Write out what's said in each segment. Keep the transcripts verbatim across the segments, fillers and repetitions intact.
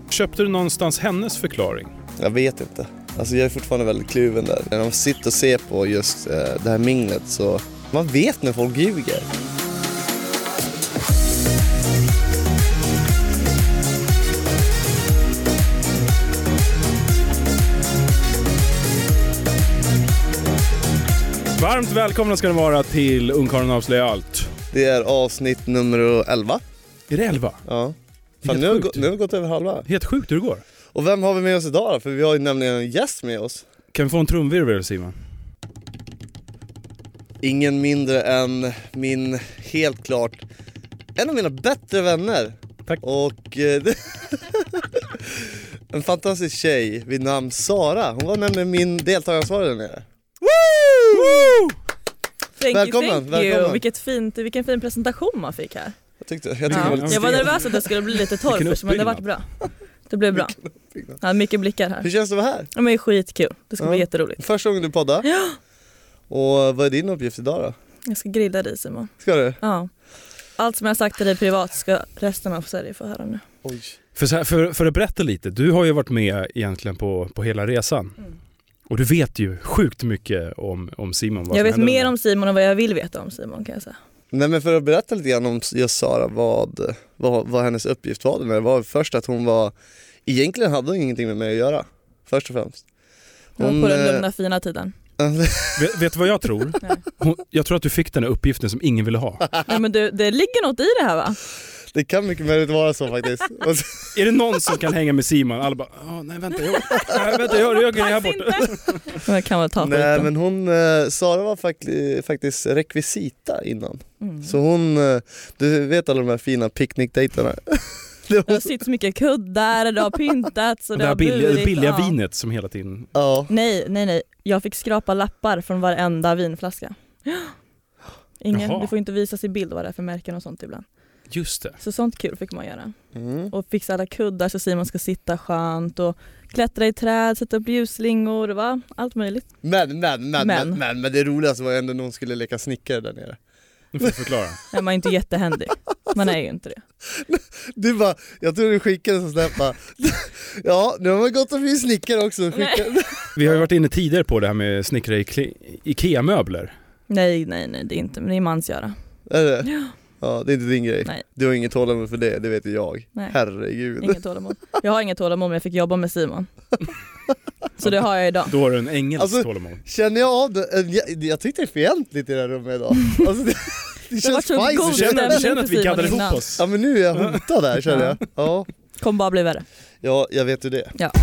Köpte du någonstans hennes förklaring? Jag vet inte. Alltså jag är fortfarande väldigt kluven där. När man sitter och ser på just eh, det här minglet så man vet när folk ljuger. Varmt välkomna ska ni vara till Ungkarlen avslöjar allt. Det är avsnitt nummer elva. Är det elva? Ja. Fan, nu, har gå, nu har vi gått över halva. Helt sjukt hur det går. Och vem har vi med oss idag då? För vi har ju nämligen en gäst med oss. Kan vi få en trumvirvel, Simon? Ingen mindre än min, helt klart, en av mina bättre vänner. Tack. Och eh, en fantastisk tjej vid namn Sara. Hon var nämligen min deltagarsvarare där nere. Woo! Thank Välkommen, you, thank välkommen. you. Vilket fint, vilken fin presentation man fick här. Jag tyckte, jag tyckte Ja. det var lite Jag var stel. nervös att det skulle bli lite torr Vilken först, men det var bra. Det blev bra. Ja, mycket blickar Hur här. känns det att vara här? Ja, men det är skitkul. Det ska Ja. bli jätteroligt. Första gången du poddar. Ja, Och vad är din uppgift idag då? jag ska grilla dig, Simon. Ska du? Ja. Allt som jag har sagt till dig privat ska resten av Sverige få höra nu. Oj. För, så här, för, för att berätta lite, du har ju varit med egentligen på, på hela resan. Mm. Och du vet ju sjukt mycket om, om Simon. Vad Jag som vet hände mer med. om Simon än vad jag vill veta om Simon, kan jag säga. Nej, men för att berätta lite grann om just Sara, vad, vad, vad hennes uppgift var. Det var först att hon var, egentligen hade hon ingenting med mig att göra. Först och främst. Hon, på den eh, lugna fina tiden. Vet, vet du vad jag tror? Nej. Hon, jag tror att du fick den här uppgiften som ingen ville ha. Ja, men du, det ligger något i det här, va? Det kan mycket möjligt vara så faktiskt. Och så- Är det någon som kan hänga med Simon? Alla bara, Åh, nej vänta, jag, nej, vänta, jag, jag är här borta. Men jag kan väl ta Nej, skiten. men hon, eh, Sara var fakti- faktiskt rekvisita innan. Mm. Så hon, eh, du vet alla de här fina picknickdejterna. Det Det var- har sitt så mycket kuddar, det har pyntats och Det det här har billiga, burit. billiga Ja. vinet som hela tiden... Ja. Nej, nej, nej. Jag fick skrapa lappar från varenda vinflaska. Ingen, Jaha. det får inte visas i bild vad det är för märken och sånt ibland. Just det. Så sånt kul fick man göra. Mm. Och fixa alla kuddar så Simon ska sitta skönt och klättra i träd, sätta upp ljusslingor, va? Allt möjligt. Men, men, men, men, Men. men, men det roligaste var ändå när hon skulle leka snickare där nere. Nu får du förklara. Nej, man är inte jättehändig. Man är ju inte det. Du bara, jag tror du skickade så snabbt bara, ja, nu har man gått och blivit snickare också. Skickade. Vi har ju varit inne tidigare på det här med snickra i Ikea- Ikea-möbler. Nej, nej, nej, det är inte. Men det är mansgöra. Är det? Ja. Ja, det är inte din grej. Nej. Du har inget tålamod för det, det vet ju jag. Nej. Herregud. Inget tålamod. Jag har inget tålamod, men jag fick jobba med Simon. Så det har jag idag. Då har du en ängels Alltså- tålamod. Känner jag av det? Jag, jag tyckte det är fientligt i det här rummet idag. Alltså det, det var känns så god spicy. Du känner, du stämning känner att för vi Simon gaddade ihop innan. oss. Ja, men nu är jag hotad där, känner jag. Ja, Kommer bara bli värre. ja, jag vet ju det. Ja.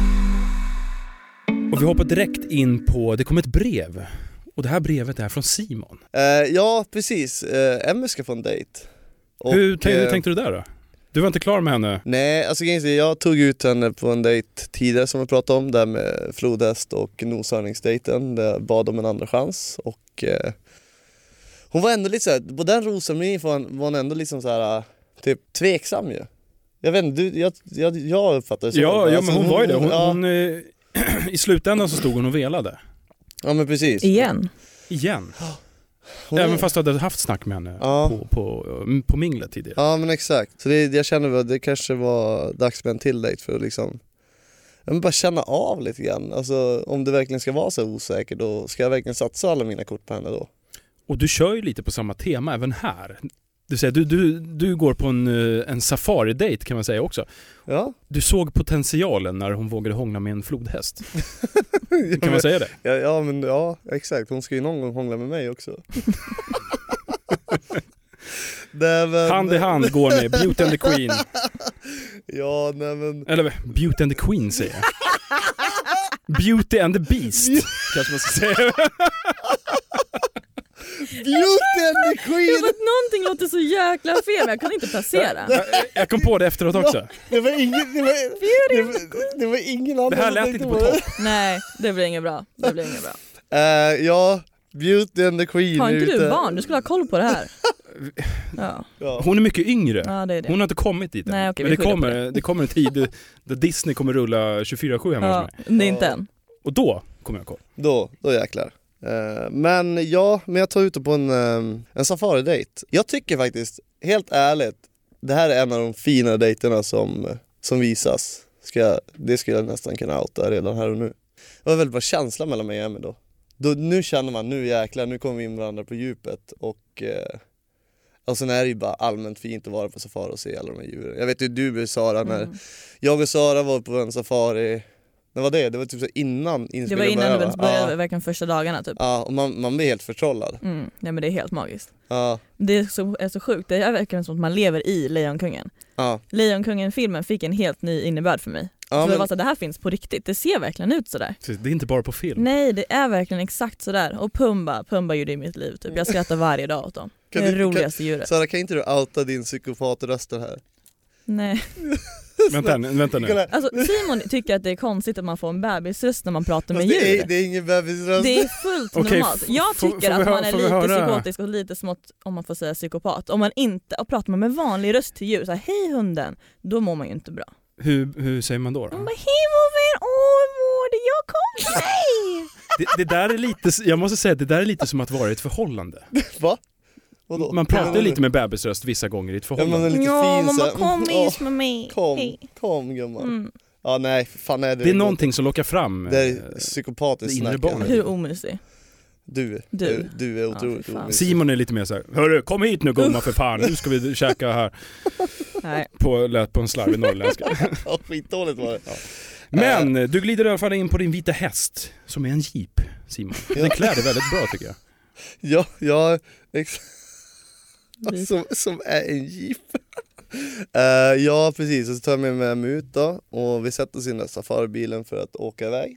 Och vi hoppar direkt in på, det kom ett brev. Och det här brevet är från Simon. Eh, ja, precis. Uh, Emmy ska få en dejt. Och, hur, tänk, hur eh, tänkte du där då? Du var inte klar med henne? Nej, alltså grejen är, jag tog ut henne på en dejt tidigare som vi pratade om, där med flodhäst och noshörningsdejten, där jag bad om en andra chans. Och eh, hon var ändå lite såhär, på den rosen var hon, var hon ändå liksom såhär, typ tveksam ju. Jag vet inte, du, jag, jag, jag uppfattar det så. Ja, ja, Alltså, men hon var ju det. Hon, ja, hon, eh, I slutändan så stod hon och velade. ja, men precis. Igen. Igen. Hon Även är- fast du hade haft snack med henne Ja. på, på, på minglet tidigare. Ja, men exakt. Så det, jag känner att det kanske var dags med en till dejt för att liksom, jag vill bara känna av lite grann. Alltså om det verkligen ska vara så osäkert, då ska jag verkligen satsa alla mina kort på henne då. Och du kör ju lite på samma tema även här. Du, säger, du, du, du går på en, eh, en safari-date kan man säga också. Ja, Du såg potentialen när hon vågade hångla med en flodhäst. ja, Kan man säga det? ja, ja, men ja, exakt. Hon ska ju någon gång hångla med mig också. Nej, men, Hand i hand går ni, Beauty and the Queen. Ja, nej men... Eller Beauty and the Queen säger jag. Beauty and the Beast kanske man ska säga. Beauty and the Jag Queen! vet, någonting låter så jäkla fel, men jag kan inte placera. Jag, jag kom på det efteråt också. Det var ingen, det var, det var, det var ingen annan Det här som lät tänkte inte på det. topp. Nej, det blir inget bra. Det blir inget bra. Eh, ja, Beauty and the Queen. Har inte ute. du barn? Du skulle ha koll på det här. Ja, Ja. Hon är mycket yngre. ja det är det. Hon har inte kommit dit än. Nej, okej, Men vi det skyller på kommer, det kommer en tid där Disney kommer rulla tjugofyra sju hemma hos Ja, mig. det är inte än. Och då kommer jag kolla. Då, då jäklar. Eh, men ja, men jag tar ut det på en, eh, en safari-date. Jag tycker faktiskt, helt ärligt, det här är en av de fina dejterna som som visas, ska jag, det skulle jag nästan kunna outa redan här och nu. Det var väldigt bra känsla mellan mig och Emmy då. då. Nu känner man, nu jäklar, nu kommer vi in varandra på djupet. Och, eh, och sen är det ju bara allmänt fint att vara på safari och se alla de här djuren. Jag vet ju du och Sara, när Mm. jag och Sara var på en safari. När var det? Det var typ så innan inspelningen Det var innan började, det va? började, Ja. verkligen första dagarna typ. Ja, och man, man blir helt förtrollad. Mm. Ja, men det är helt magiskt. Ja, Det är så, är så sjukt. Det är verkligen som att man lever i Lejonkungen. ja. Lejonkungen-filmen fick en helt ny innebörd för mig. Ja, så men- det var så, det här finns på riktigt. Det ser verkligen ut sådär. Det är inte bara på film. Nej, det är verkligen exakt sådär. Och Pumba, Pumba gjorde i mitt liv typ. Jag skrattar varje dag åt dem. Det Kan är det du- roligaste djuret. Sara, kan inte du outa din psykopatrösten här? Nej. Vänta, nu- vänta nu. Kolla, Alltså Simon tycker att det är konstigt att man får en bebisröst när man pratar med fast det, djur. är, det är ingen bebisröst. Det är fullt Okej, normalt. Jag får- tycker får vi att hö- man är får vi lite höra? psykotisk och lite smått, om man får säga psykopat. Om man inte, och pratar man med vanlig röst till djur, så här, hej hunden, då mår man ju inte bra. Hur, hur säger man då? Man då? bara, hej vovven, åh mår det, jag kom till dig. Det, det där är lite, jag måste säga att det där är lite som att vara i ett förhållande. Va? Vadå? Man pratar Ja, ju men- lite med bebisröst vissa gånger i ett Ja, man är förhållande. lite Ja, fin så mamma här. kom Åh, hit med mig. Kom, Hej. kom gumman. Mm. Ja nej, fan är det. Det är någonting som lockar fram. Det eh, är psykopatiskt det inre snack. barnet. Hur omysig. Du, Du. du, du är otroligt fy fan. omysig. Simon är lite mer så här: hörru, kom hit nu gumma för fan, nu ska vi käka här. Nej. På, lät på en slarvig norrländska. Ja, skitdåligt var det. Men du glider i alla fall in på din vita häst, som är en jeep, Simon. Den klär dig väldigt bra tycker jag. Ja, ja, ex- Vi- som, som är en jeep. Uh, ja precis, och så tar jag med mig ut då och vi sätter oss i den där safaribilen för att åka iväg.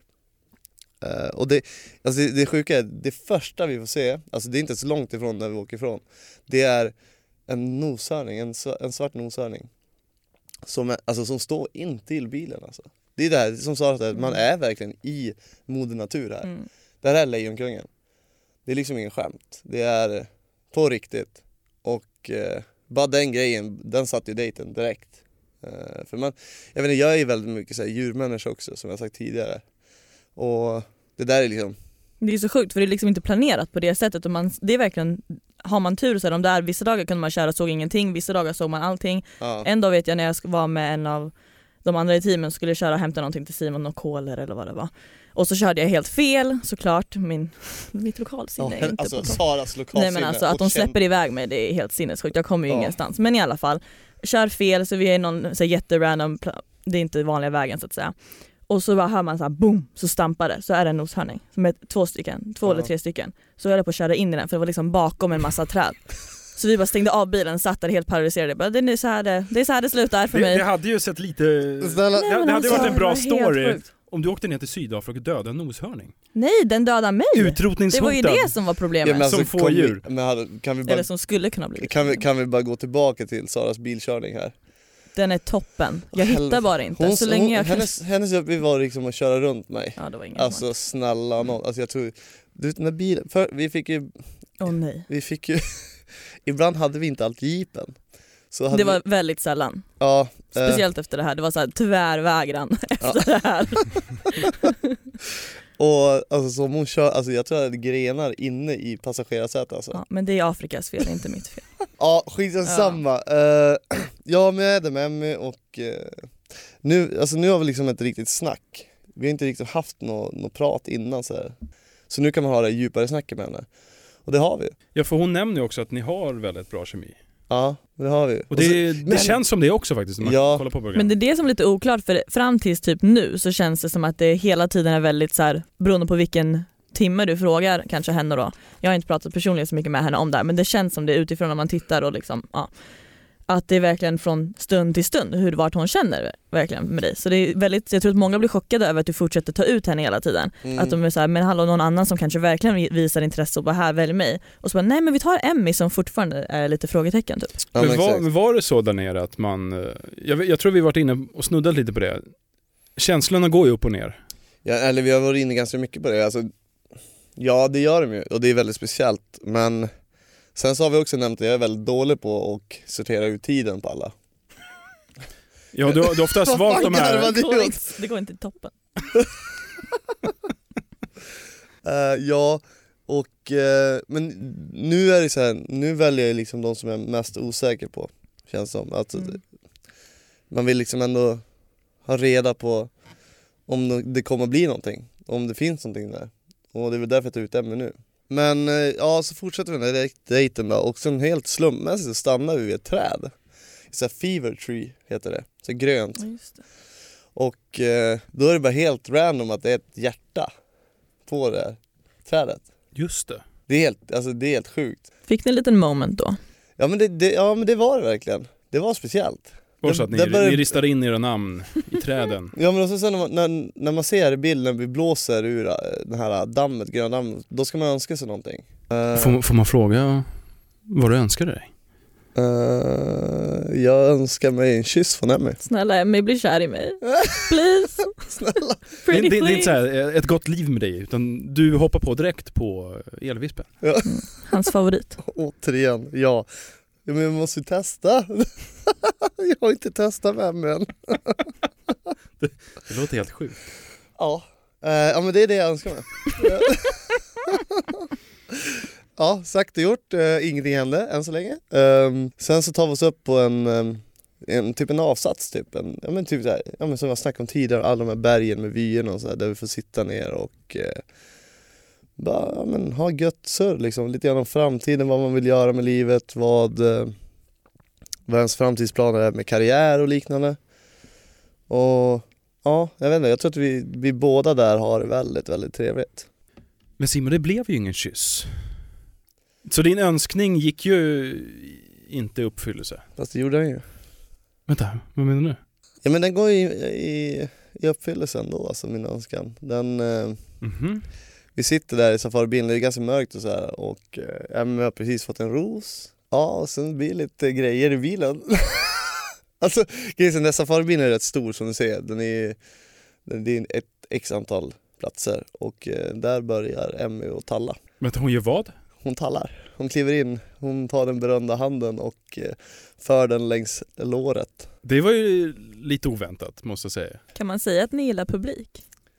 Uh, och det, alltså det, det sjuka är, det första vi får se, alltså det är inte så långt ifrån där vi åker ifrån, det är en noshörning, en, sv- en svart noshörning som, är, alltså, som står in till bilen alltså. Det är det här som sa att man är verkligen i moder natur här. Mm. Det här är Lejonkungen. Det är liksom ingen skämt. Det är på riktigt. Och eh, bara den grejen, den satt ju dejten direkt. Eh, för man, jag vet inte, jag är ju väldigt mycket så här djurmänniska också, som jag sagt tidigare. Och det där är liksom... Det är så sjukt för det är liksom inte planerat på det sättet. Och man, det är verkligen, har man tur så är de där, vissa dagar kunde man köra och såg ingenting, vissa dagar såg man allting. Ja. En dag vet jag när jag sk- var med en av de andra i teamen, skulle jag köra och hämta någonting till Simon och koler eller vad det var. Och så körde jag helt fel, såklart. Min, mitt lokalsinne Ja, är inte alltså på topp. Saras lokalsinne. Nej men alltså att och de känd- släpper iväg mig, det är helt sinnessjukt. Jag kommer ju Ja. ingenstans. Men i alla fall, kör fel så vi är i någon så här, jätterandom, pla- det är inte vanliga vägen så att säga. Och så bara hör man så här boom, så stampar det. Så är det en noshörning som är två stycken, två Ja. eller tre stycken. Så jag höll på att köra in i den för det var liksom bakom en massa träd. Så vi bara stängde av bilen, satt där helt paralyserade. Bara, det, är så här det, det är så här det slutar för Det, mig. det hade ju sett lite... Snälla, Nej, det, men det hade alltså, varit en bra det var helt story sjukt. om du åkte ner till Sydafrika och dödade en noshörning. Nej, den dödar mig. Det Utrotningshotad. var ju det som var problemet. ja, men alltså, som får kom vi- djur. Men hade, kan, vi bara, Eller som skulle kunna bli. kan, vi, kan vi bara gå tillbaka till Saras bilkörning här? Den är toppen. Jag Helvete. hittar bara inte. Hon, så länge hon, jag kan... hennes, hennes uppgift var liksom att köra runt mig. Ja, det var inget Alltså snälla någon, alltså jag tror, du vet den där bilen, för vi fick ju, Åh nej. vi fick ju, ibland hade vi inte alltid jeepen. Så hade Det var vi, väldigt sällan. ja, eh, Speciellt efter det här. Det var så här tvärvägran efter det här. och alltså som hon kör, alltså jag tror jag hade grenar inne i passagerarsätet alltså. Ja, Ja, men det är Afrikas fel, inte mitt fel. ja skitsamma. Ja. Uh, jag med är med mig och uh, nu, alltså nu har vi liksom ett riktigt snack. Vi har inte riktigt haft något nå prat innan så här. Så nu kan man ha det djupare snacket med henne. Och det har vi. Ja, för hon nämner ju också att ni har väldigt bra kemi. Ja, det har vi. Och det, så, det men- känns som det också faktiskt när man Ja. kollar på programmet. Men det är det som är lite oklart, för fram tills typ nu så känns det som att det hela tiden är väldigt så här, beroende på vilken timme du frågar kanske henne då. Jag har inte pratat personligen så mycket med henne om det här, men det känns som det utifrån när man tittar och liksom, ja. Att det är verkligen från stund till stund hur vart hon känner verkligen med dig. Så det är väldigt, jag tror att många blir chockade över att du fortsätter ta ut henne hela tiden. Mm. Att de är så här, men hallå, någon annan som kanske verkligen visar intresse och bara här, välj mig. Och så bara, nej men vi tar Emmy som fortfarande är lite frågetecken typ. Ja, men men var, exakt. men var det så där nere att man... eh, Jag, jag tror vi varit inne och snuddat lite på det. Känslorna går ju upp och ner. Ja, eller vi har varit inne ganska mycket på det. Alltså, ja, det gör de ju och det är väldigt speciellt. Men sen så har vi också nämnt att jag är väldigt dålig på att sortera ut tiden på alla. Ja, du, har- du har oftast Vad valt fan de här... garvar Det du går, åt? inte, det går inte i toppen. Uh, ja, och uh, men nu är det så här, nu väljer jag liksom de som jag är mest osäker på. Känns som. Alltså, Mm. man vill liksom ändå ha reda på om det kommer att bli någonting, om det finns någonting där. Och det är väl därför jag tar ut ämne nu. Men ja, så fortsätter vi den där dejten då. Och sen helt slumpmässigt så stannar vi vid ett träd. Så fever tree heter det. Så grönt. Just det. Och eh, då är det bara helt random att det är ett hjärta på det här trädet. Just det. Det är helt, alltså det är helt sjukt. Fick ni en liten moment då? Ja men det, det, ja, men det var det verkligen. Det var speciellt. Var det så att ni, började... ni ristade in era namn i träden? Ja men också sen när man, när, när man ser i bilden, vi blåser ur den här dammet, gröna dammet, då ska man önska sig någonting. Uh, får, får man fråga vad du önskar dig? Uh, jag önskar mig en kyss från Emmy. Snälla Emmy, bli kär i mig. Please. Snälla. Det, det, det är inte så här, ett gott liv med dig, utan du hoppar på direkt på elvispen. Ja. Mm. Hans favorit. Återigen, ja. Ja, men jag måste testa. Jag har inte testat med mig än. det, det låter helt sjukt. Ja, uh, ja men det är det jag önskar mig. Ja, sagt och gjort. Uh, ingenting hände än så länge. Um, sen så tar vi oss upp på en, um, en typ en avsats typ. En, ja, men typ så här, ja, men som jag snackade om tidigare, alla de här bergen med vyerna och så här, där vi får sitta ner och uh, bara ja, men, ha gött surr liksom. Lite grann om framtiden, vad man vill göra med livet, vad, uh, vad ens framtidsplaner är med karriär och liknande. Och ja, jag vet inte, jag tror att vi, vi båda där har det väldigt, väldigt trevligt. Men Simon, det blev ju ingen kyss. Så din önskning gick ju inte i uppfyllelse. Fast det gjorde den ju. Vänta, vad menar du? Ja men den går i, i, i uppfyllelse ändå, alltså min önskan. Den, eh, Mm-hmm. Vi sitter där i safaribilen, det är ganska mörkt och så här. Och eh, Emmy har precis fått en ros. Ja, och sen blir det lite grejer i bilen. Alltså, den där safaribilen är rätt stor som du ser. Den är, den är ett x antal platser. Och eh, där börjar Emmy att talla. Vänta, hon gör vad? Hon tallar. Hon kliver in, hon tar den berömda handen och eh, för den längs låret. Det var ju lite oväntat, måste jag säga. Kan man säga att ni gillar publik?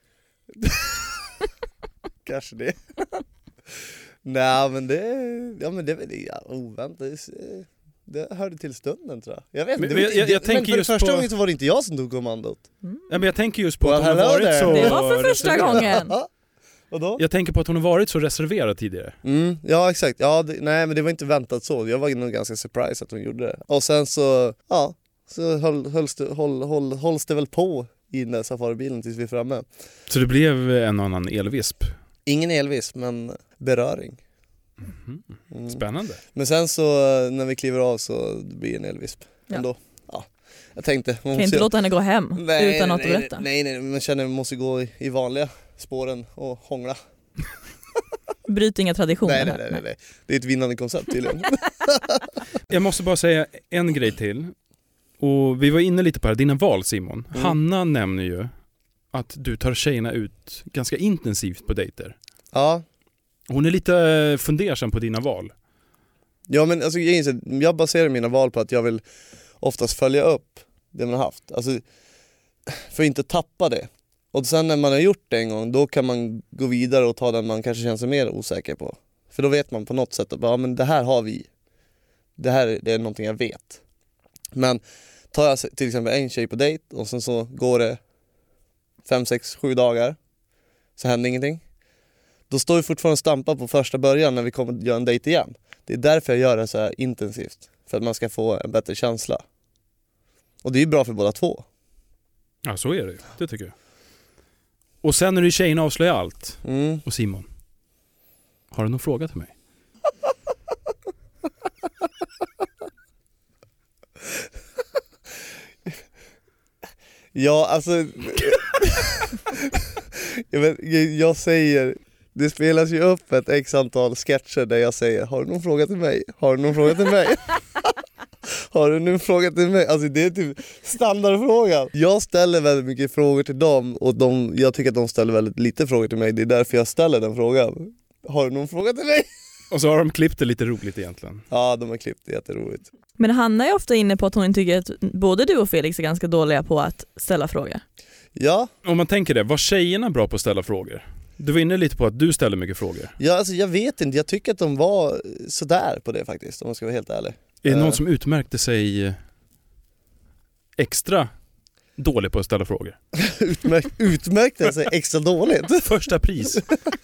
Kanske det. Nej men det, ja men det är väl ja, oväntat. Det, det hörde till stunden tror jag. Jag vet inte. Men, jag, jag, jag men tänker för just första på... gången så var det inte jag som tog kommandot. Mm. Ja, men jag tänker just på Well, att hon har hello varit there. så... Det var för första reserverad. gången. Och då? Jag tänker på att hon har varit så reserverad tidigare. Mm, ja exakt, ja, det, nej men det var inte väntat så. Jag var nog ganska surprised att hon gjorde det. Och sen så, ja, så höll, hölls det, håll, håll, hålls det väl på i den där safaribilen tills vi är framme. Så det blev en och annan elvisp. Ingen elvis, men beröring. Mm. Mm. Spännande. Men sen så när vi kliver av så blir det en elvisp. Ja. Ändå. Ja. Jag tänkte... Man Kan måste inte ju- låta henne gå hem nej, utan nej, något att nej, berätta. Nej, nej, men man känner att man måste gå i, i vanliga spåren och hångla. Bryt inga traditioner Nej, nej, här. nej, nej, nej. Det är ett vinnande koncept tydligen. Jag måste bara säga en grej till. Och vi var inne lite på det, dina val Simon. Mm. Hanna nämner ju att du tar tjejerna ut ganska intensivt på dejter. Ja. Hon är lite fundersam på dina val. Ja men alltså, jag, inser, jag baserar mina val på att jag vill oftast följa upp det man har haft. Alltså, för att inte tappa det. Och sen när man har gjort det en gång, då kan man gå vidare och ta den man kanske känner sig mer osäker på. För då vet man på något sätt att ja, men det här har vi. Det här det är någonting jag vet. Men tar jag till exempel en tjej på dejt och sen så går det fem, sex, sju dagar så händer ingenting. Då står vi fortfarande stampa på första början när vi kommer att göra en dejt igen. Det är därför jag gör det så här intensivt. För att man ska få en bättre känsla. Och det är ju bra för båda två. Ja, så är det ju. Det tycker jag. Och sen när du tjejerna avslöjar allt. Mm. Och Simon, har du någon fråga till mig? Ja, alltså... jag, vet, jag säger... Det spelas ju upp ett x antal sketcher där jag säger har du någon fråga till mig? Har du någon fråga till mig? Har du någon fråga till mig? Alltså det är typ standardfrågan. Jag ställer väldigt mycket frågor till dem och de, jag tycker att de ställer väldigt lite frågor till mig. Det är därför jag ställer den frågan. Har du någon fråga till mig? Och så har de klippt det lite roligt egentligen. Ja, de har klippt det jätteroligt. Men Hanna är ofta inne på att hon tycker att både du och Felix är ganska dåliga på att ställa frågor. Ja, Om man tänker det, var tjejerna bra på att ställa frågor? Du var inne lite på att du ställer mycket frågor. ja alltså jag vet inte. Jag tycker att de var sådär på det faktiskt, om man ska vara helt ärlig. Är det någon Eh. som utmärkte sig extra dålig på att ställa frågor? Utmärkt, utmärkt alltså extra dåligt. Första pris. uh,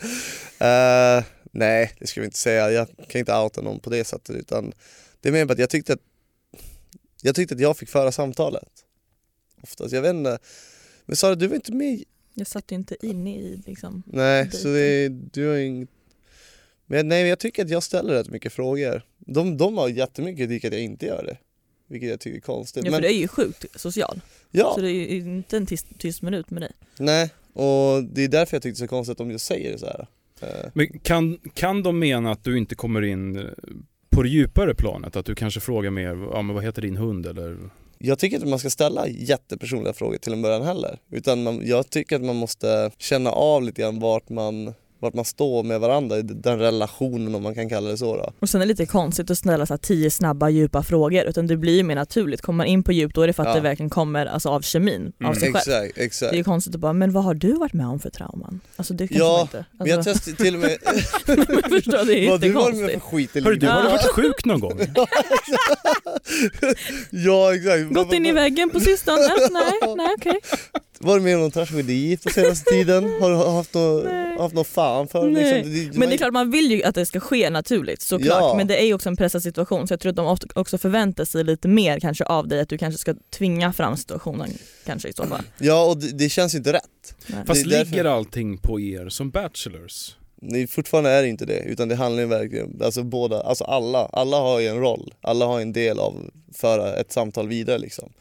nej, det ska vi inte säga. Jag kan inte outa någon på det sättet, utan det är mer bara att jag tyckte att jag tyckte att jag fick föra samtalet. Oftast, jag vet inte. Men Sara, du var inte med. Jag satt ju inte inne i liksom. Nej, dejten. så det, du har inget. Men nej, jag tycker att jag ställer rätt mycket frågor. De, de har jättemycket kritik att jag inte gör det. Vilket jag tycker är konstigt. Ja, för men, du är ju sjukt social. ja, Så det är ju inte en tyst, tyst minut med dig. nej. Och det är därför jag tyckte det är så konstigt om jag säger det så här. Uh, Men kan, kan de mena att du inte kommer in på det djupare planet? Att du kanske frågar mer, ja men vad heter din hund eller? Jag tycker inte att man ska ställa jättepersonliga frågor till en början heller. Utan man, jag tycker att man måste känna av lite grann vart man, vart man står med varandra i den relationen, om man kan kalla det så då. Och sen är det lite konstigt att ställa så här tio snabba djupa frågor, utan det blir ju mer naturligt. Kommer man in på djup, då är det för att Ja. det verkligen kommer alltså, av kemin, av Mm. sig själv. Exakt, exakt. Det är ju konstigt att bara, men vad har du varit med om för trauman? Alltså det kan Ja, man inte. Men jag Alltså, testade till och med... men förstår, det är Vad du varit med jättekonstigt. för skit i Hörru du, livet? har du varit sjuk någon gång? Ja, exakt. Gått in i väggen på sistone? Nej, nej okej. Var du med om någon tragedi på senaste tiden? Har du haft något, Nej. haft något fan för? Nej. Liksom? Det, Men det är klart, man vill ju att det ska ske naturligt, såklart. Ja. Men det är ju också en pressad situation, så jag tror att de ofta också förväntar sig lite mer kanske av dig, att du kanske ska tvinga fram situationen kanske i så fall. Ja, och det, det känns inte rätt. Nej. Fast Det är därför- ligger allting på er som bachelors? Nej, fortfarande är det inte det, utan det handlar ju verkligen, alltså båda, alltså alla, alla har ju en roll. Alla har en del av att föra ett samtal vidare liksom.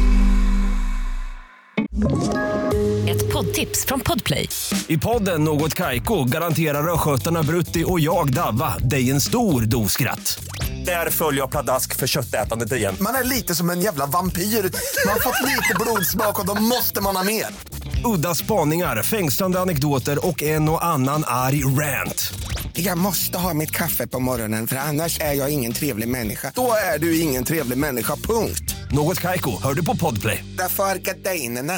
Ett poddtips från Podplay. I podden Något Kaiko garanterar östgötarna Brutti och jag Davva dig en stor dos skratt. Där följer jag pladask för köttätandet igen. Man är lite som en jävla vampyr. Man har fått lite blodsmak och då måste man ha mer. Udda spaningar, fängslande anekdoter och en och annan arg rant. Jag måste ha mitt kaffe på morgonen, för annars är jag ingen trevlig människa. Då är du ingen trevlig människa, punkt. Något Kaiko, hör du på Podplay. Därför är gardinerna.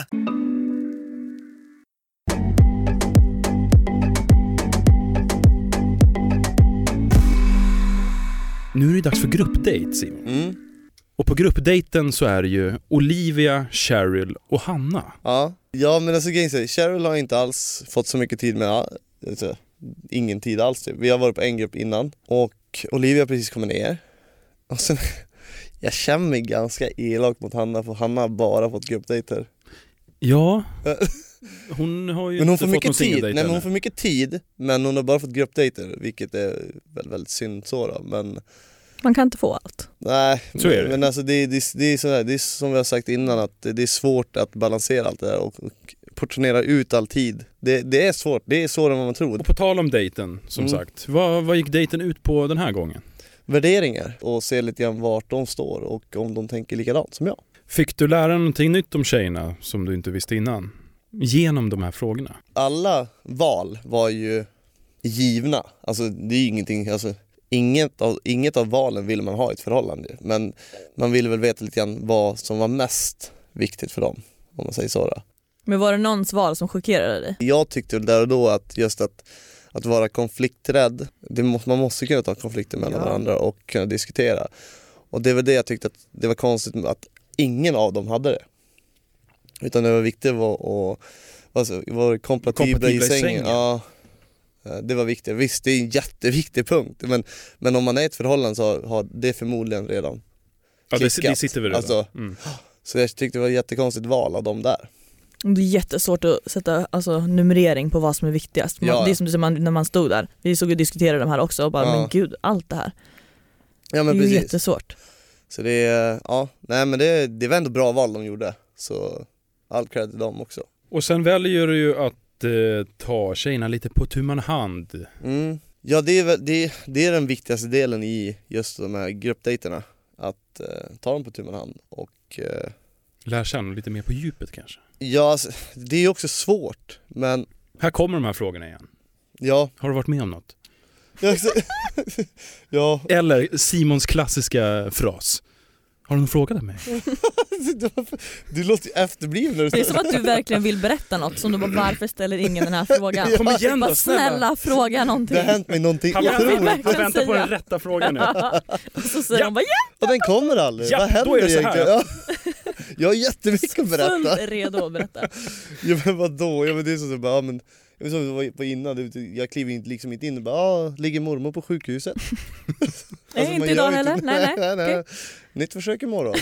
Nu är det dags för gruppdate, Simon. Mm. Och på gruppdejten så är det ju Olivia, Cheryl och Hanna. Ja, ja men alltså grejen är, Cheryl har inte alls fått så mycket tid med, alltså, ingen tid alls typ. Vi har varit på en grupp innan och Olivia har precis kommit ner. Och sen, jag känner mig ganska elak mot Hanna, för Hanna har bara fått gruppdejter. Ja, hon har ju Men hon inte får fått någon mycket tid, singeldejt nej, men hon ännu. får mycket tid, men hon har bara fått gruppdejter, vilket är väldigt, väldigt synd så då, men Man kan inte få allt. nej, Så är det. men alltså det, det, det, är sådär, det är som vi har sagt innan, att det, det är svårt att balansera allt det där och, och portionera ut all tid. Det, det är svårt, det är svårare än vad man tror. Och på tal om dejten, som Mm. sagt. Vad, vad gick dejten ut på den här gången? Värderingar och se lite grann vart de står och om de tänker likadant som jag. Fick du lära någonting nytt om tjejerna som du inte visste innan? Genom de här frågorna? Alla val var ju givna, alltså det är ju ingenting, alltså inget av, inget av valen vill man ha i ett förhållande, men man vill väl veta lite grann vad som var mest viktigt för dem, om man säger så då. Men var det någons val som chockerade dig? Jag tyckte väl där och då att just att, att vara konflikträdd, det må, man måste kunna ta konflikter mellan Ja. varandra och kunna diskutera. Och det var det jag tyckte att det var konstigt att ingen av dem hade det. Utan det var viktigt var att alltså, vara kompatibla, Kompatibla i i sängen. sängen. Ja, det var viktigt. Visst, det är en jätteviktig punkt. Men, men om man är i ett förhållande så har, har det förmodligen redan Ja, det, klickat. det sitter vi redan. Alltså, mm. så jag tyckte det var ett jättekonstigt val av dem där. Det är jättesvårt att sätta alltså, numrering på vad som är viktigast. Man, Ja. Det är som du säger, när man stod där. Vi såg och diskuterade de här också och bara, Ja. men gud, allt det här. Ja, Det men är ju precis. jättesvårt. Så det är, ja, nej men det, det var ändå bra val de gjorde. Så all cred till dem också. Och sen väljer du ju att eh, ta tjejerna lite på tu man hand. Mm. Ja, det är, väl, det, det är den viktigaste delen i just de här gruppdejterna. Att eh, ta dem på tu man hand. Och eh, Lär känna lite mer på djupet kanske. ja, alltså, det är också svårt. Men Här kommer de här frågorna igen. ja, Har du varit med om något? jag, ja. Eller Simons klassiska fras. Har du någon fråga till mig? Du låter ju efterbliven när du Det är som att du verkligen vill berätta något som du bara, varför ställer ingen den här frågan? Kom igen då, Bara snälla. snälla fråga någonting. Det har hänt mig någonting Han, han, otroligt. han, han verkligen väntar på den säga. rätta frågan nu. Och så säger Ja. de bara, ja! Och den kommer aldrig. Ja, Vad händer då är det så här. egentligen? Ja. Jag har jättemycket att berätta. Fullt redo att berätta. Ja men vadå? Ja, men det är så, så bara, ja, men jag vet inte vad det var innan, jag kliver inte liksom inte in och bara, ja, ligger mormor på sjukhuset. Nej, Alltså, inte man idag gör heller. inte- Nej, nej. nej, nej. Okej. Nytt försök imorgon.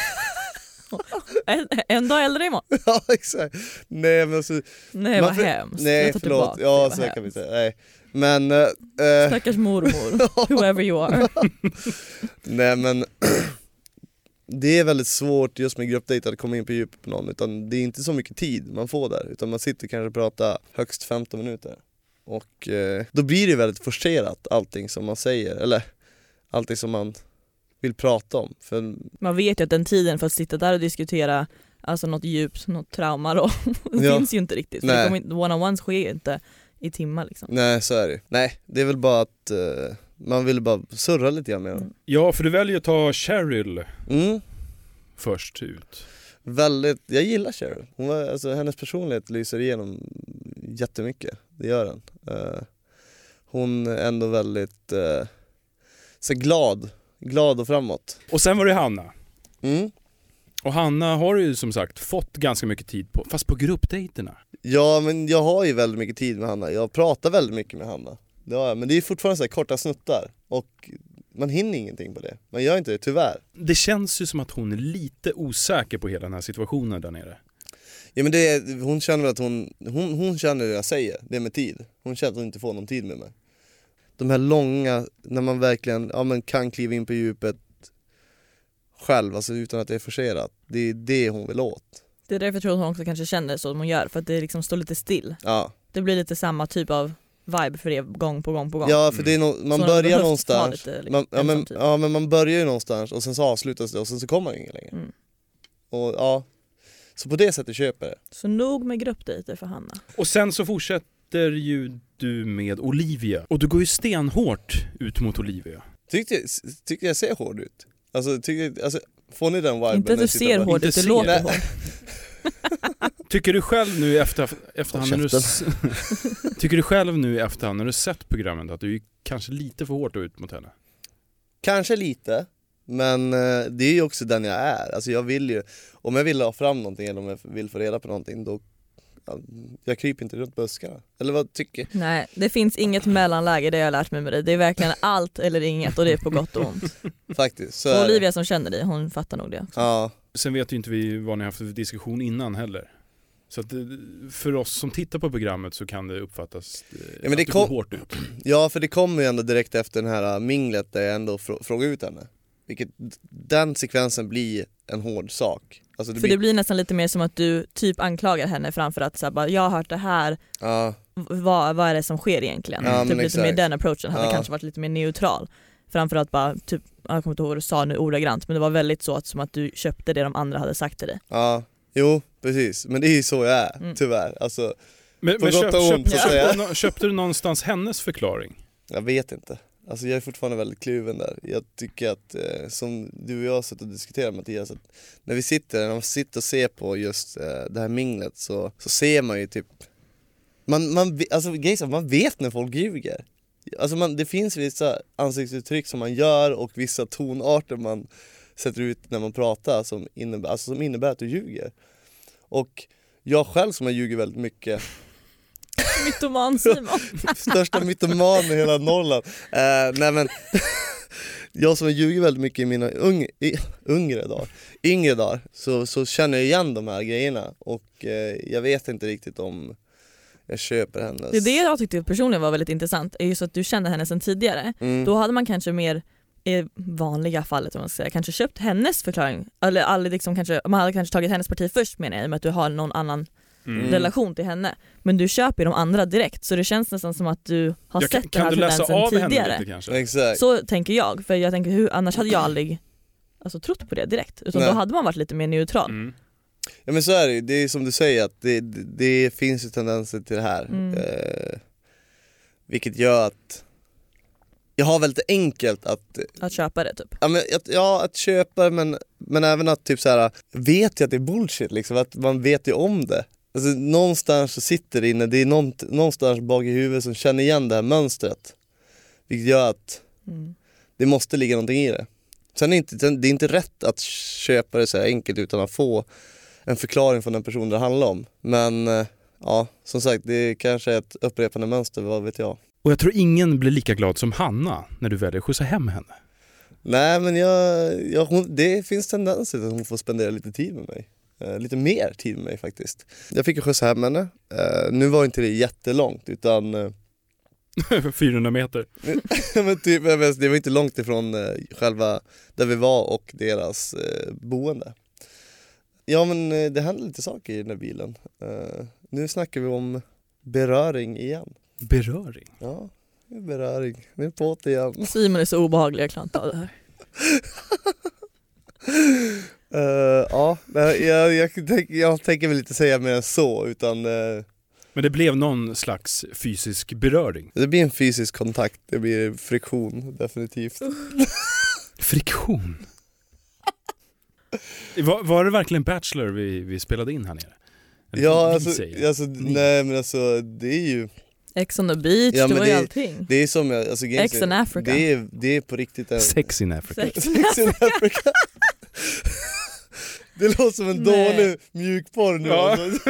En, en dag äldre imorgon. Ja exakt. Nej men alltså, Nej vad man för- hemskt. nej Jag tar förlåt, tillbaka ja det, så vad kan vi hemskt. säga. Nej. Men eh, eh, Stackars mormor, whoever you are. nej men det är väldigt svårt just med gruppdejt att komma in på djupet på någon, utan det är inte så mycket tid man får där, utan man sitter kanske och pratar högst femton minuter. Och eh, då blir det väldigt forcerat allting som man säger, eller allting som man vill prata om. För, Man vet ju att den tiden för att sitta där och diskutera alltså något djupt, något trauma då, Ja. finns ju inte riktigt. För Nej. det kommer inte, one-on-ones sker inte i timmar liksom. nej så är det. Nej, det är väl bara att eh, man vill bara surra lite grann med dem. Ja, för du väljer att ta Cheryl Mm. först ut. Väldigt, jag gillar Cheryl. Hon var, alltså, hennes personlighet lyser igenom jättemycket, det gör den. Uh, hon är ändå väldigt uh, så glad, glad och framåt. Och sen var det Hanna. Mm. Och Hanna har ju som sagt fått ganska mycket tid på, fast på gruppdejterna. Ja men jag har ju väldigt mycket tid med Hanna, jag pratar väldigt mycket med Hanna. Det har jag. Men det är fortfarande så här korta snuttar och man hinner ingenting på det. Man gör inte det, tyvärr. Det känns ju som att hon är lite osäker på hela den här situationen där nere. Ja men det är, hon känner att hon, hon, hon känner det jag säger, det med tid. Hon känner att hon inte får någon tid med mig. De här långa, när man verkligen ja, men kan kliva in på djupet själv, alltså utan att det är forcerat. Det är det hon vill åt. Det är därför jag tror att hon också kanske känner så som hon gör, för att det liksom står lite still. Ja, Det blir lite samma typ av vibe för det gång på gång på gång. ja för det är no, man Så börjar behövs ha någonstans. lite, liksom, Man, ja, men, ensam tid. ja men man börjar ju någonstans och sen så avslutas det och sen så kommer man ingen längre. Mm. Och ja, så på det sättet köper jag det. Så nog med gruppdejter för Hanna. Och sen så fortsätter ju du med Olivia. Och du går ju stenhårt ut mot Olivia. Tyckte, tyckte jag ser hård ut? Alltså, tyckte, alltså får ni den viben? Inte att när du jag sitter ser bara- hård Inte ut, du ser. låter Nej. hård. Tycker du själv nu i efter, efterhand när du, käften. s- Tycker du själv nu i efterhand när du sett programmet att du är kanske lite för hårt ut mot henne? Kanske lite, men eh, det är ju också den jag är. Alltså jag vill ju, om jag vill ha fram någonting eller om jag vill få reda på någonting, då ja, jag kryper inte runt buskarna. Eller vad tycker du? Nej, det finns inget mellanläge, det har jag lärt mig med dig. Det är verkligen allt eller inget och det är på gott och ont. Faktiskt, så Och är det. Olivia som känner dig, hon fattar nog det också. Ja, Sen vet ju inte vi vad ni har haft för diskussion innan heller. Så att det- för oss som tittar på programmet så kan det uppfattas eh, men att det du kom- går hårt ut. ja, för det kommer ju ändå direkt efter den här minglet där jag ändå frå- frågar ut henne. Vilket, den sekvensen blir en hård sak. Alltså det För blir, det blir nästan lite mer som att du typ anklagar henne framför att så här, bara, jag har hört det här, ja, v- vad, vad är det som sker egentligen? Ja, men typ lite exakt. mer den approachen, hade Ja. kanske varit lite mer neutral. Framför att bara, typ, jag kommer inte ihåg vad du sa nu ordagrant, men det var väldigt så att, som att du köpte det de andra hade sagt till dig. ja, jo precis. Men det är ju så jag är, Mm. tyvärr. Alltså, Men, På men gott köp, och ont, köp, så att säga. köpte, du nå- köpte du någonstans hennes förklaring? jag vet inte. Alltså jag är fortfarande väldigt kluven där. Jag tycker att, eh, som du och jag har suttit och diskuterat Mattias, att när vi sitter, när man sitter och ser på just eh, det här minglet så, så ser man ju typ, man, man, ve- alltså, grejen är så, man vet när folk ljuger. Alltså man, det finns vissa ansiktsuttryck som man gör och vissa tonarter man sätter ut när man pratar som innebär, alltså som innebär att du ljuger. Och jag själv som har ljugit väldigt mycket, Mytoman Simon. största mytoman i hela Norrland. Uh, nej men, jag som har ljugit väldigt mycket i mina ung, i, yngre dagar, yngre dagar så, så känner jag igen de här grejerna och uh, jag vet inte riktigt om jag köper hennes. Det är det jag tyckte personligen var väldigt intressant, är just att du kände henne sedan tidigare. Mm. Då hade man kanske mer i vanliga fallet om man ska säga, kanske köpt hennes förklaring, eller aldrig liksom kanske, man hade kanske tagit hennes parti först menar jag, i och med att du har någon annan Mm. relation till henne, men du köper ju de andra direkt, så det känns nästan som att du har Jag, sett kan den här kan du läsa tendensen av henne tidigare. lite kanske? Exakt. Så tänker jag, för jag tänker hur, annars hade jag aldrig alltså, trott på det direkt, utan Nej. då hade man varit lite mer neutral. Mm. Ja men så är det ju, det är som du säger att det, det, det finns ju tendenser till det här. Mm. Eh, vilket gör att jag har väldigt enkelt att Att köpa det typ. Ja, men, att, ja, att köpa men, men även att typ så här, vet jag att det är bullshit liksom, att man vet ju om det. Alltså, någonstans så sitter det inne, det är någon, någonstans bak i huvudet som känner igen det här mönstret. Vilket gör att Mm. det måste ligga någonting i det. Sen är det, inte, det är inte rätt att köpa det så här enkelt utan att få en förklaring från den personen det handlar om. Men ja, som sagt, det kanske är ett upprepande mönster, vad vet jag. Och jag tror ingen blir lika glad som Hanna när du väljer att skjutsa hem henne. Nej, men jag, jag, hon, det finns tendenser att hon får spendera lite tid med mig. Eh, lite mer tid med mig faktiskt. Jag fick ju skjutsa hem henne. Eh, nu var inte det jättelångt utan... Eh, fyrahundra meter. men typ, det var inte långt ifrån eh, själva där vi var och deras eh, boende. Ja, men eh, det hände lite saker i den där bilen. Eh, nu snackar vi om beröring igen. Beröring? Ja, beröring. Nu är på det igen. Simon är så obehaglig, jag klarar inte av det här. uh, ja, jag, jag, jag, tänk, jag tänker väl inte säga mer än så, utan... Uh, Men det blev någon slags fysisk beröring? Det blir en fysisk kontakt, det blir friktion, definitivt. Friktion? Var, var det verkligen Bachelor vi, vi spelade in här nere? Eller ja, vi alltså, säger? alltså nej men alltså det är ju... Ex on the beach, ja, det var det, ju allting. Det är som, alltså, Ex in Africa. Det är, det är på riktigt en... Sex in Africa. Sex in Sex in Africa. Det låter som en Nej. dålig mjukporr nu. Ja. Alltså.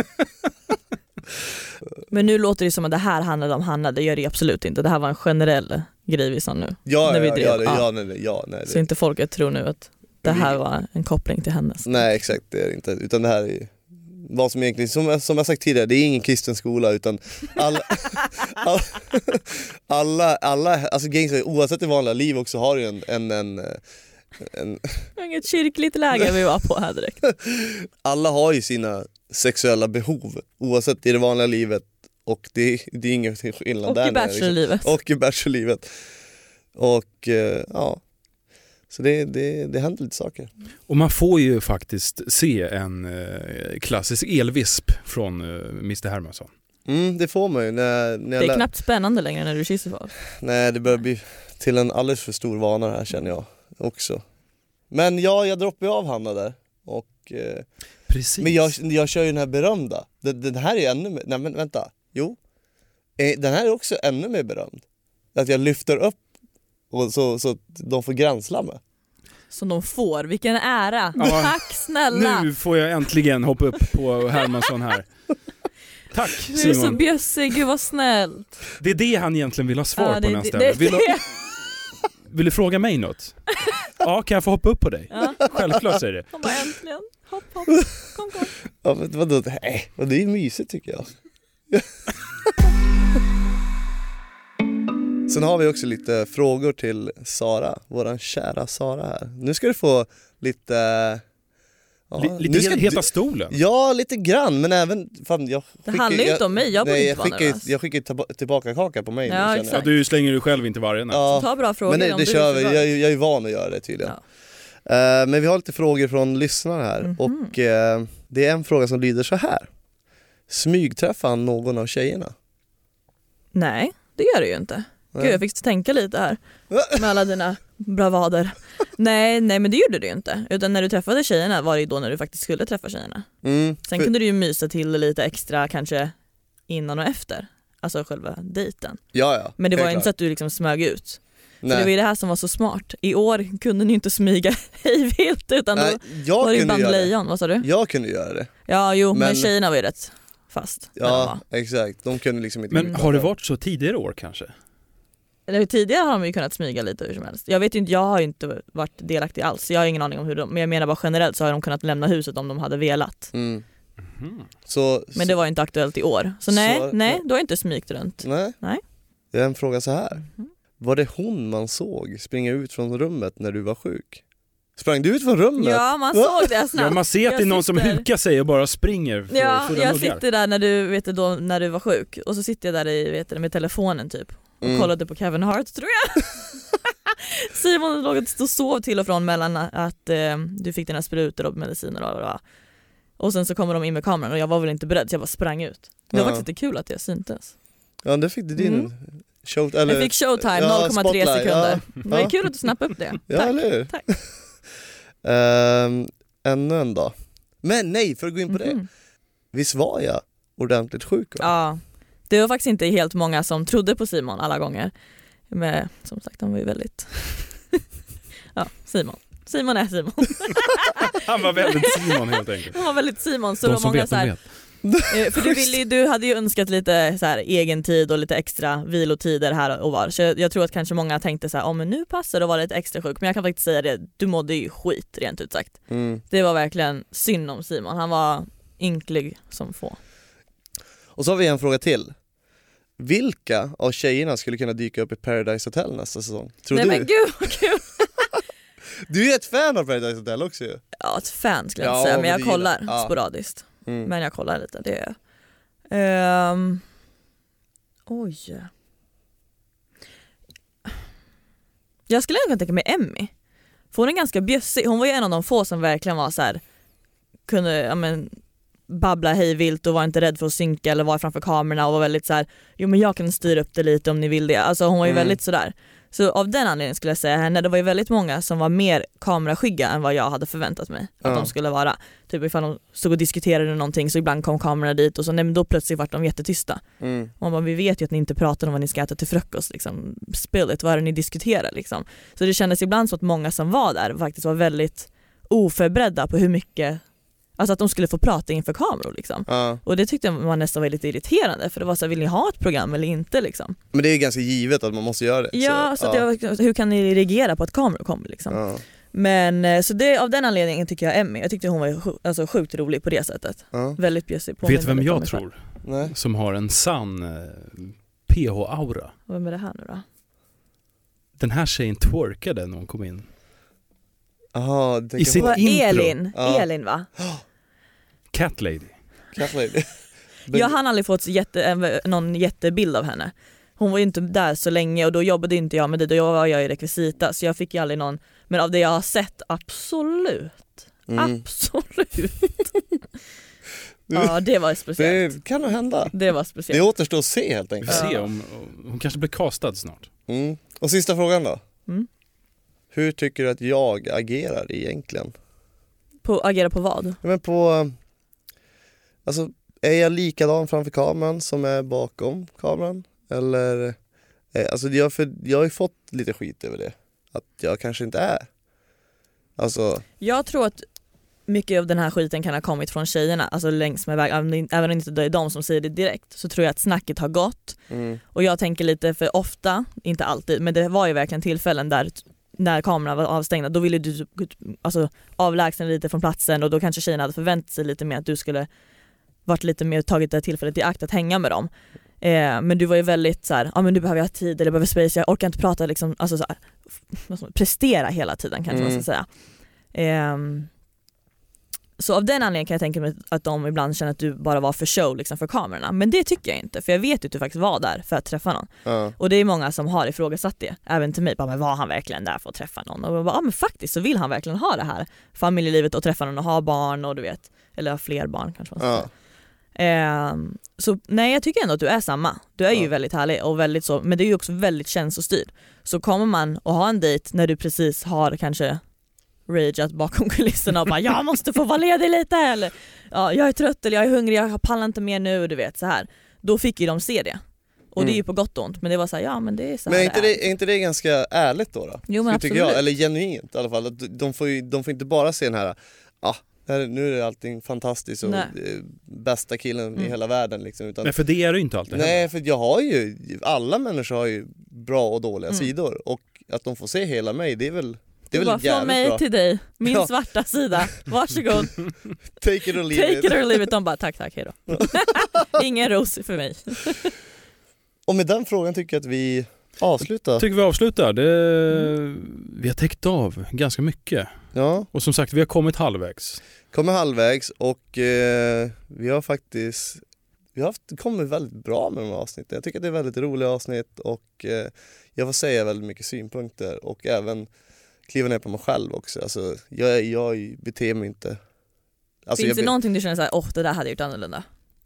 Men nu låter det som att det här handlade om Hanna, det gör det absolut inte. Det här var en generell grej vi sa nu. Ja, när vi ja, drev. ja, det, Ja. ja, nej, nej, ja, nej. Så Det, inte folket tror nu att det här var en koppling till hennes. nej, exakt, det är det inte. Utan det här är vad som egentligen, som, som jag sagt tidigare, det är ingen kristen skola utan alla, alla, alla, alla alltså gängs, oavsett i vanliga liv också har ju en, en, en, en Inget kyrkligt läge vi var på här direkt. alla har ju sina sexuella behov oavsett i det vanliga livet och det, det är ingen skillnad Och där i nere, bachelorlivet. liksom. Och i bachelorlivet. Och eh, ja, så det, det, det händer lite saker. Och man får ju faktiskt se en eh, klassisk elvisp från eh, mister Hermansson. Mm, det får man ju när, när jag Det är lä- knappt spännande längre när du kysser folk. Nej, det börjar bli till en alldeles för stor vana här känner jag också. Men ja, jag droppar ju av Hanna där. Och, eh, Precis. men jag, jag kör ju den här berömda. Den, den här är ännu mer, nej men vänta, jo. Eh, den här är också ännu mer berömd. Att jag lyfter upp och så, så att de får gränslamma. Som de får, vilken ära. Ja. Tack snälla. Nu får jag äntligen hoppa upp på Hermansson här. Tack Du är så Simon. bjössig, gud vad snällt. Det är det han egentligen vill ha svar Ja, på det- när han det- ställer. det- Vill, du, vill du fråga mig något? Ja, kan jag få hoppa upp på dig? Ja. Självklart säger det. Han bara äntligen, hopp hopp, kom kom. Ja, men vadå? Nej, det är ju mysigt tycker jag. Sen har vi också lite frågor till Sara, våran kära Sara här. Nu ska du få lite... Ja, Li- nu lite ska he- du- heta stolen. Ja, lite grann, men även... Fan, jag Det skickar- handlar ju jag, inte om mig, jag borde nej, inte jag vara skickar, ju- nervös. jag skickar tillba- tillbaka kaka på mig nu, Ja, känner jag. exakt. Ja, du slänger du själv inte varje natt. Ja, Ta bra frågor men det, om det du kör är vi, för jag, bra. jag är ju van att göra det tydligen. Ja. Eh, men vi har lite frågor från lyssnare här. Mhm. Och eh, det är en fråga som lyder så här. Smygträffar han någon av tjejerna? Nej, det gör det ju inte. Gud, jag fick tänka lite här med alla dina bravader. Nej, nej men det gjorde du ju inte. Utan när du träffade tjejerna var det ju då när du faktiskt skulle träffa tjejerna. Mm, Sen för- kunde du ju mysa till lite extra kanske innan och efter. Alltså själva dejten. Ja, ja. Men det var helt ju inte så klart. att du liksom smög ut. Så Nej. det var ju det här som var så smart. I år kunde ni inte smyga hej vilt utan Nej, då jag var det ju kunde band göra det. lejon. Vad sa du? Jag kunde göra det. Ja, jo, men, Men- tjejerna var ju rätt fast. där de var. Ja, exakt. De kunde liksom inte... Men har det varit så tidigare år kanske? Eller tidigare har de ju kunnat smyga lite hur som helst. Jag vet ju inte, jag har ju inte varit delaktig alls. Jag har ingen aning om hur de, men jag menar bara generellt så har de kunnat lämna huset om de hade velat. Mm. Mhm. Så, Men det var ju inte aktuellt i år. Så nej, Så- nej, du har inte smygt runt. Nej. Nej. Jag har en fråga så här. Mhm. Var det hon man såg springa ut från rummet när du var sjuk? Sprang du ut från rummet? Ja, man Va? såg det snabbt. Ja, man ser att Jag det är någon som sitter- hukar sig och bara springer för Ja, fulla jag muggar. sitter där när du, vet du, då, när du var sjuk. Och så sitter jag där i, vet du, med telefonen typ. Och Mm. kollade på Kevin Hart tror jag. Simon låg och sov till och från mellan att eh, du fick dina sprutor och mediciner och vad det var. Och sen så kommer de in med kameran och jag var väl inte beredd så jag bara sprang ut. Det var Ja. faktiskt lite kul att det syntes. Ja, det fick du din Mm. show... Eller... Jag fick showtime, Ja, noll komma tre spotlight, sekunder. ja. Det var Ja. kul att du snappade upp det. Ja, Tack. eller hur? Tack. Ehm, ännu en dag. Men nej, för att gå in på det. Mhm. Visst var jag ordentligt sjuk? Va? Ja, det var faktiskt inte helt många som trodde på Simon alla gånger. Men som sagt, han var ju väldigt... ja, Simon. Simon är Simon. Han var väldigt Simon helt enkelt. Han var väldigt Simon. Så de då som många vet, så här, de vet. För du, ville, du hade ju önskat lite så här, egen tid och lite extra vilotider här och var. Så jag, jag tror att kanske många tänkte så här, oh, men nu passar det att vara lite extra sjuk. Men jag kan faktiskt säga det, du mådde ju skit rent ut sagt. Mm. Det var verkligen synd om Simon. Han var ynklig som få. Och så har vi en fråga till. Vilka av tjejerna skulle kunna dyka upp i Paradise Hotel nästa säsong? Tror Nej du? men gud vad kul. Du är ju ett fan av Paradise Hotel också ju. Ja, ett fan skulle jag Ja, säga. Men men jag det kollar gillar- ja. sporadiskt. Mm. Men jag kollar lite. Det är... Ehm, Oj. Jag skulle även tänka mig Emmy. För hon är ganska bjössig. Hon var ju en av de få som verkligen var så här, kunde ja, men, babbla hej vilt och var inte rädd för att synka eller vara framför kamerorna och var väldigt så här, jo men jag kan styra upp det lite om ni vill det. Alltså hon var ju Mm. väldigt sådär. Så av den anledningen skulle jag säga henne, det var ju väldigt många som var mer kameraskygga än vad jag hade förväntat mig att Ja. de skulle vara. Typ ifall de stod och diskuterade någonting så ibland kom kamerorna dit och så nej, men då plötsligt vart de jättetysta. Mm. Och man bara, vi vet ju att ni inte pratar om vad ni ska äta till frukost liksom. Spill it, vad är det ni diskuterar liksom. Så det kändes ibland så att många som var där faktiskt var väldigt oförberedda på hur mycket, alltså att de skulle få prata inför kameror liksom. Ja. Och det tyckte man nästan var lite irriterande för det var så här, vill ni ha ett program eller inte liksom? Men det är ju ganska givet att man måste göra det. Ja, så, att ja. jag, hur kan ni reagera på att kameror kommer liksom? Ja. Men eh, så det, av den anledningen tycker jag Emmy, jag tyckte hon var sj- alltså, sjukt rolig på det sättet. Ja. Väldigt bjussig. Vet du vem påminner jag lite om mig tror? Nej. Som har en sann eh, P H-aura. själv. Vem är det här nu då? Den här tjejen twerkade när hon kom in. Aha, det I sitt Det var intro. Elin, Ja. Elin va? Cat Lady. Cat Lady. Men- Jag hann aldrig fått jätte, en- någon jättebild av henne. Hon var ju inte där så länge och då jobbade inte jag med det, då var jag i rekvisita så jag fick ju aldrig någon, men av det jag har sett absolut, Mm. absolut. Ja det var speciellt. Det kan nog hända. Det var Det speciellt. återstår att se helt Vi enkelt. får se Ja. om hon kanske blir castad snart. Mm. Och sista frågan då. Mm. Hur tycker du att jag agerar egentligen? På, agera på vad? Ja, men på, alltså, är jag likadan framför kameran som är bakom kameran? Eller, eh, alltså jag, för, jag har ju fått lite skit över det. Att jag kanske inte är. Alltså, Jag tror att mycket av den här skiten kan ha kommit från tjejerna, alltså längs med vägen, även om inte det är de som säger det direkt, så tror jag att snacket har gått. mm, Och jag tänker lite för ofta, inte alltid, men det var ju verkligen tillfällen där när kameran var avstängda, då ville du alltså, avlägsna lite från platsen och då kanske tjejerna hade förväntat sig lite mer att du skulle varit lite mer tagit det här tillfället i akt att hänga med dem. Eh, men du var ju väldigt så här, ja men nu behöver jag ha tid eller behöver space, jag orkar inte prata liksom, alltså så här, f- prestera hela tiden kanske Mm. man ska säga. Eh, så av den anledningen kan jag tänka mig att de ibland känner att du bara var för show liksom, för kamerorna. Men det tycker jag inte, för jag vet ju att du faktiskt var där för att träffa någon. ja. Och det är många som har ifrågasatt det, även till mig. Bara, men var han verkligen där för att träffa någon? Och jag bara, ja men faktiskt så vill han verkligen ha det här familjelivet och träffa någon och ha barn och du vet, eller ha fler barn kanske man ska Ja. säga. Ehm, så nej, jag tycker ändå att du är samma. Du är ju Ja. väldigt härlig och väldigt så, men det är ju också väldigt känslostyrd. Så kommer man att ha en dejt när du precis har kanske rageat bakom kulisserna och bara jag måste få vara ledig lite eller ja, jag är trött eller jag är hungrig, jag pallar inte mer nu, du vet så här. Då fick ju de se det. Och det är ju på gott och ont, men det var så här, ja men det är så här. Men är inte det är. det, är inte det ganska ärligt då? då? Jo, men Tycker absolut. jag, eller genuint i alla fall. Att de, får ju, de får inte bara se den här, ah, här, nu är allting fantastiskt och Nej. eh, bästa killen i Mm. hela världen liksom. Utan, Nej, för det är det ju inte alltid. nej, för jag har ju, alla människor har ju bra och dåliga Mm. sidor och att de får se hela mig, det är väl, det Det är var väl från jävligt mig bra. till dig, min Ja. svarta sida. Varsågod, Take it or leave take it. it or leave it. De bara tack tack, hejdå. Ingen ros för mig. Och med den frågan tycker jag att vi avslutar. Tycker vi avslutar. Det, vi har täckt av ganska mycket. Ja, Och som sagt, vi har kommit halvvägs. kommer halvvägs och eh, vi har faktiskt vi har haft, kommit väldigt bra med de här avsnitten. Jag tycker att det är väldigt roliga avsnitt och eh, jag får säga väldigt mycket synpunkter och även kliva ner på mig själv också. Alltså, jag, jag beter mig inte... Alltså, Finns jag det be- någonting du känner såhär, åh det där hade jag gjort annorlunda?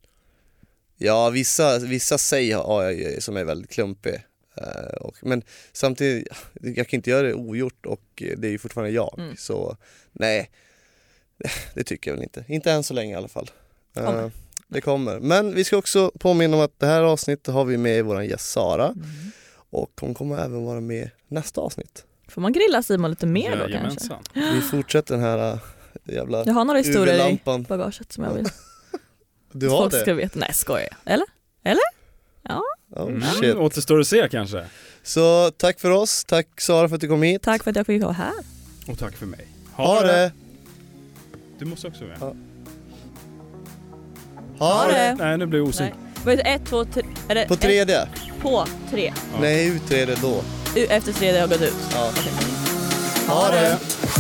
Ja, vissa, vissa säger har jag som är väldigt klumpig. Eh, och, men samtidigt, jag kan inte göra det ogjort och det är ju fortfarande jag. Mm. Så nej, det tycker jag väl inte. Inte än så länge i alla fall. Eh, Kommer. det kommer. Men vi ska också påminna om att det här avsnittet har vi med vår gäst Sara. Mm. Och hon kommer även vara med nästa avsnitt. Får man grilla Simon lite mer då Jajamensan. kanske? Vi fortsätter den här äh, jävla Jag har några historier i U V-lampan. bagaget som jag vill Du har folk det? ska veta. Nej, skojar jag. Eller? Eller? Ja. Oh, Mm, shit. återstår att se kanske. Så tack för oss, tack Sara för att du kom hit. Tack för att jag fick vara här. Och tack för mig. Ha det! Du måste också med. Ja. Ha Ha det! det! Nej, nu blir jag osäker. Vad heter ett, två, tre? Är det På tredje? Ett, på tre. Ja. Nej, utreder då. U- Efter tredje har gått ut. Ja. Ha det!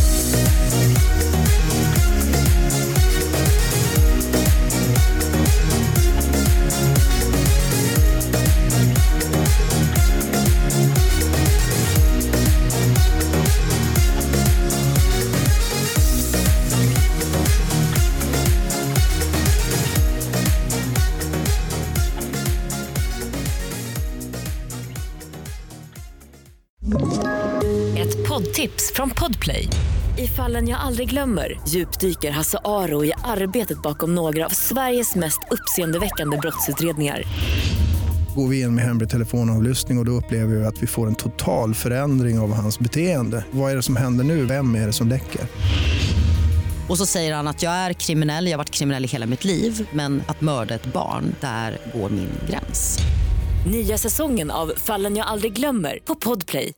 Ett poddtips från Podplay. I Fallen jag aldrig glömmer djupdyker Hasse Aro i arbetet bakom några av Sveriges mest uppseendeväckande brottsutredningar. Går vi in med hemlig telefonavlyssning och, och då upplever vi att vi får en total förändring av hans beteende. Vad är det som händer nu? Vem är det som läcker? Och så säger han att jag är kriminell, jag har varit kriminell i hela mitt liv. Men att mörda ett barn, där går min gräns. Nya säsongen av Fallen jag aldrig glömmer på Podplay.